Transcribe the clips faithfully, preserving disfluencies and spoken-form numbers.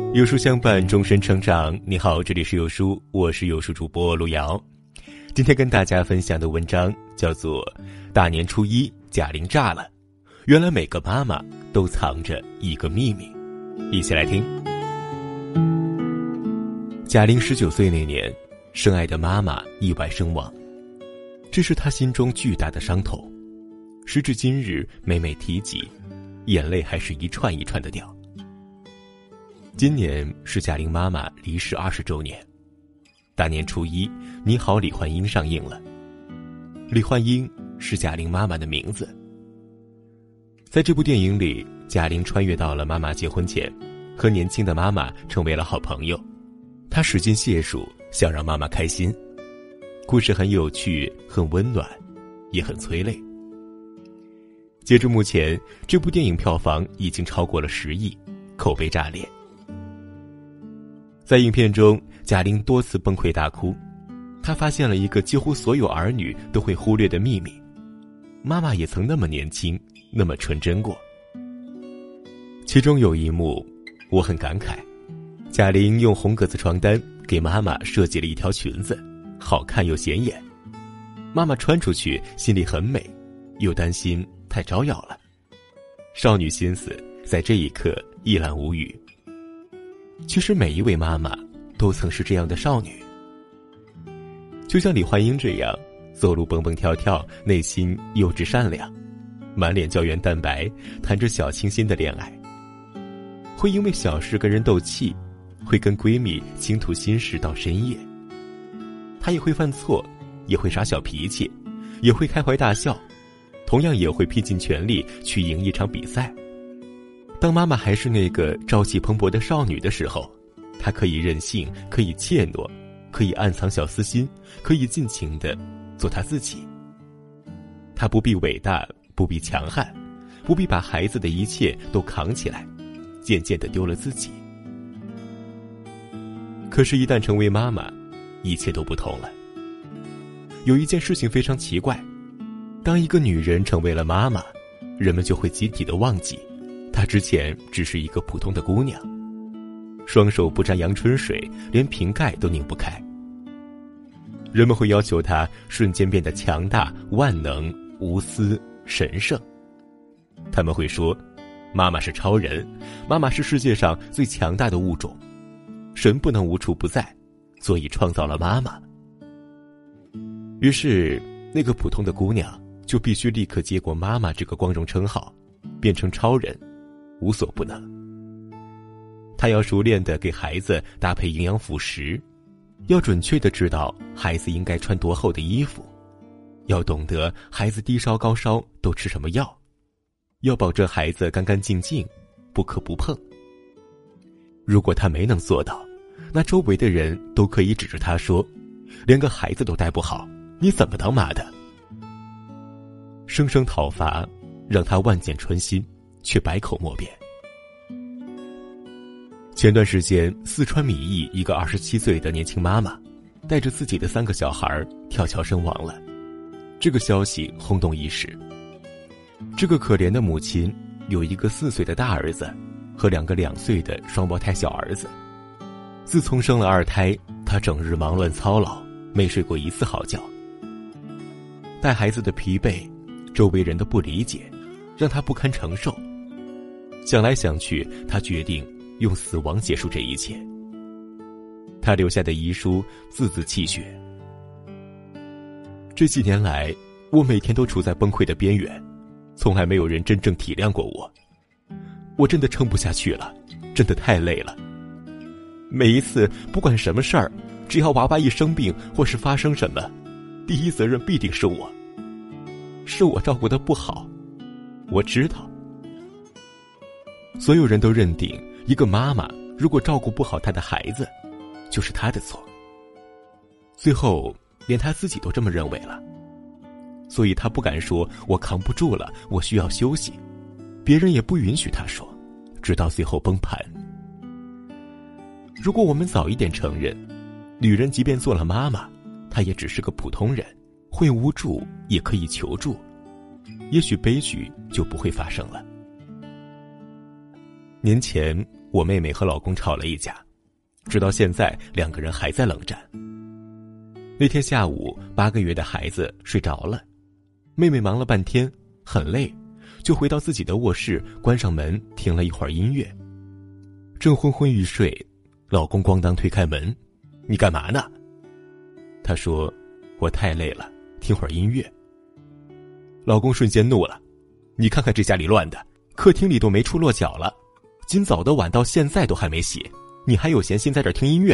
有书相伴，终身成长。你好，这里是有书，我是有书主播路遥。今天跟大家分享的文章叫做《大年初一贾玲炸了》，原来每个妈妈都藏着一个秘密。一起来听。贾玲十九岁那年，深爱的妈妈意外身亡，这是她心中巨大的伤痛。时至今日，每每提及，眼泪还是一串一串的掉。今年是贾玲妈妈离世二十周年，大年初一，《你好，李焕英》上映了。李焕英是贾玲妈妈的名字。在这部电影里，贾玲穿越到了妈妈结婚前，和年轻的妈妈成为了好朋友。她使尽解数想让妈妈开心。故事很有趣，很温暖，也很催泪。截至目前，这部电影票房已经超过了十亿，口碑炸裂。在影片中，贾玲多次崩溃大哭，她发现了一个几乎所有儿女都会忽略的秘密：妈妈也曾那么年轻，那么纯真过。其中有一幕，我很感慨。贾玲用红格子床单给妈妈设计了一条裙子，好看又显眼。妈妈穿出去，心里很美，又担心太招摇了。少女心思在这一刻一览无余。其实每一位妈妈都曾是这样的少女，就像李焕英这样，走路蹦蹦跳跳，内心幼稚善良，满脸胶原蛋白，谈着小清新的恋爱。会因为小事跟人斗气，会跟闺蜜倾吐心事到深夜。她也会犯错，也会耍小脾气，也会开怀大笑，同样也会拼尽全力去赢一场比赛。当妈妈还是那个朝气蓬勃的少女的时候，她可以任性，可以怯懦，可以暗藏小私心，可以尽情地做她自己。她不必伟大，不必强悍，不必把孩子的一切都扛起来，渐渐地丢了自己。可是一旦成为妈妈，一切都不同了。有一件事情非常奇怪，当一个女人成为了妈妈，人们就会集体地忘记她之前只是一个普通的姑娘，双手不沾阳春水，连瓶盖都拧不开。人们会要求她瞬间变得强大、万能、无私、神圣。他们会说，妈妈是超人，妈妈是世界上最强大的物种，神不能无处不在，所以创造了妈妈。于是那个普通的姑娘就必须立刻接过妈妈这个光荣称号，变成超人，无所不能。她要熟练地给孩子搭配营养辅食，要准确地知道孩子应该穿多厚的衣服，要懂得孩子低烧高烧都吃什么药，要保证孩子干干净净，不可不碰。如果她没能做到，那周围的人都可以指着她说，连个孩子都带不好，你怎么当妈的？生生讨伐，让她万箭穿心，却百口莫辩。前段时间，四川米易一个二十七岁的年轻妈妈，带着自己的三个小孩跳桥身亡了。这个消息轰动一时。这个可怜的母亲有一个四岁的大儿子和两个两岁的双胞胎小儿子。自从生了二胎，她整日忙乱操劳，没睡过一次好觉。带孩子的疲惫，周围人的不理解，让她不堪承受。想来想去，她决定用死亡结束这一切。她留下的遗书字字泣血。这几年来，我每天都处在崩溃的边缘，从来没有人真正体谅过我。我真的撑不下去了，真的太累了。每一次不管什么事儿，只要娃娃一生病或是发生什么，第一责任必定是我。是我照顾得不好，我知道。所有人都认定，一个妈妈如果照顾不好她的孩子，就是她的错。最后连她自己都这么认为了，所以她不敢说我扛不住了，我需要休息，别人也不允许她说，直到最后崩盘。如果我们早一点承认，女人即便做了妈妈，她也只是个普通人，会无助也可以求助，也许悲剧就不会发生了。年前我妹妹和老公吵了一架，直到现在两个人还在冷战。那天下午，八个月的孩子睡着了，妹妹忙了半天，很累，就回到自己的卧室，关上门，听了一会儿音乐。正昏昏欲睡，老公咣当推开门：“你干嘛呢？”她说：“我太累了，听会儿音乐。”老公瞬间怒了：“你看看这家里乱的，客厅里都没处落脚了，今早的碗到现在都还没洗，你还有闲心在这儿听音乐？”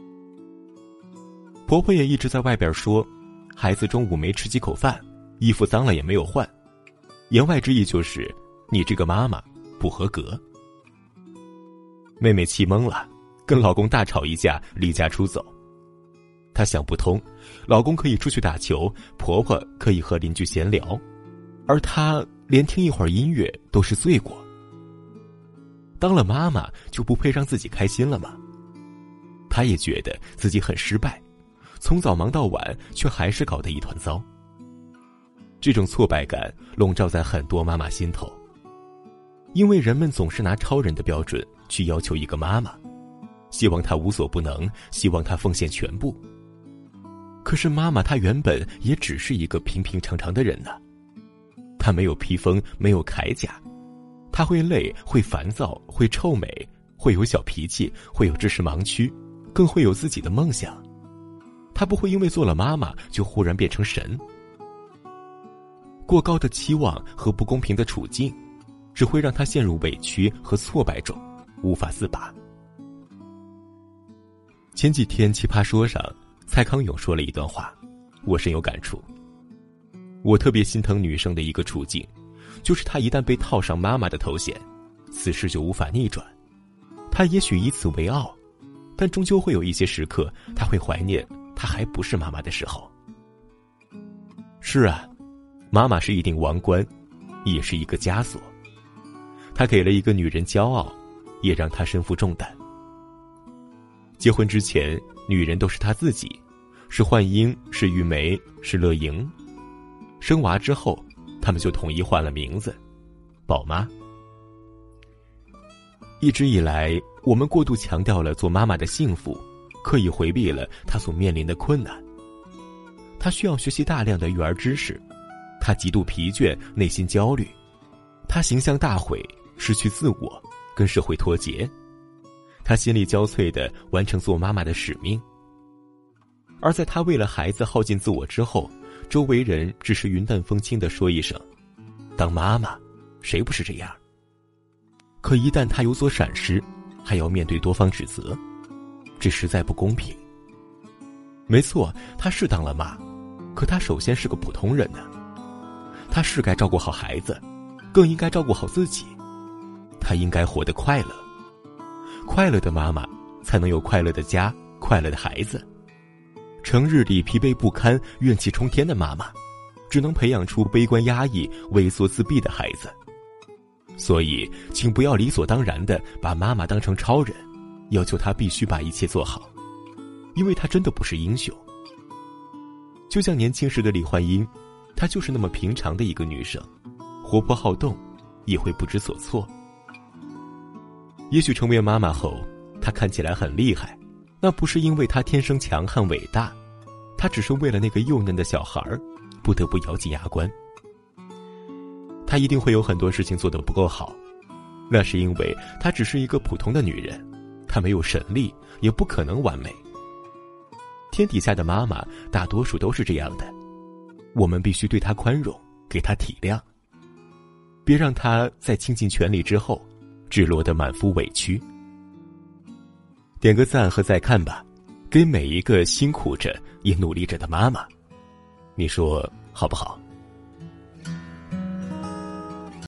婆婆也一直在外边说，孩子中午没吃几口饭，衣服脏了也没有换，言外之意就是你这个妈妈不合格。妹妹气懵了，跟老公大吵一架，离家出走。她想不通，老公可以出去打球，婆婆可以和邻居闲聊，而她连听一会儿音乐都是罪过。当了妈妈就不配让自己开心了吗？她也觉得自己很失败，从早忙到晚，却还是搞得一团糟。这种挫败感笼罩在很多妈妈心头，因为人们总是拿超人的标准去要求一个妈妈，希望她无所不能，希望她奉献全部。可是妈妈她原本也只是一个平平常常的人呢，她没有披风，没有铠甲，她会累，会烦躁，会臭美，会有小脾气，会有知识盲区，更会有自己的梦想。她不会因为做了妈妈就忽然变成神。过高的期望和不公平的处境，只会让她陷入委屈和挫败中，无法自拔。前几天奇葩说上，蔡康永说了一段话，我深有感触。我特别心疼女生的一个处境，就是她一旦被套上妈妈的头衔，此事就无法逆转。她也许以此为傲，但终究会有一些时刻，她会怀念她还不是妈妈的时候。是啊，妈妈是一顶王冠，也是一个枷锁。她给了一个女人骄傲，也让她身负重担。结婚之前，女人都是她自己，是幻英，是玉梅，是乐莹。生娃之后，他们就统一换了名字，宝妈。一直以来，我们过度强调了做妈妈的幸福，刻意回避了她所面临的困难。她需要学习大量的育儿知识，她极度疲倦，内心焦虑，她形象大毁，失去自我，跟社会脱节。她心力交瘁地完成做妈妈的使命。而在她为了孩子耗尽自我之后，周围人只是云淡风轻地说一声，当妈妈谁不是这样？可一旦她有所闪失，还要面对多方指责，这实在不公平。没错，她是当了妈，可她首先是个普通人呢。她是该照顾好孩子，更应该照顾好自己。她应该活得快乐，快乐的妈妈才能有快乐的家，快乐的孩子。成日里疲惫不堪，怨气冲天的妈妈，只能培养出悲观压抑、畏缩自闭的孩子。所以，请不要理所当然地把妈妈当成超人，要求她必须把一切做好，因为她真的不是英雄。就像年轻时的李焕英，她就是那么平常的一个女生，活泼好动，也会不知所措。也许成为妈妈后，她看起来很厉害，那不是因为她天生强悍伟大，她只是为了那个幼嫩的小孩不得不咬紧牙关。她一定会有很多事情做得不够好，那是因为她只是一个普通的女人，她没有神力，也不可能完美。天底下的妈妈大多数都是这样的，我们必须对她宽容，给她体谅，别让她在倾尽全力之后只落得满腹委屈。点个赞和再看吧，给每一个辛苦着也努力着的妈妈，你说好不好？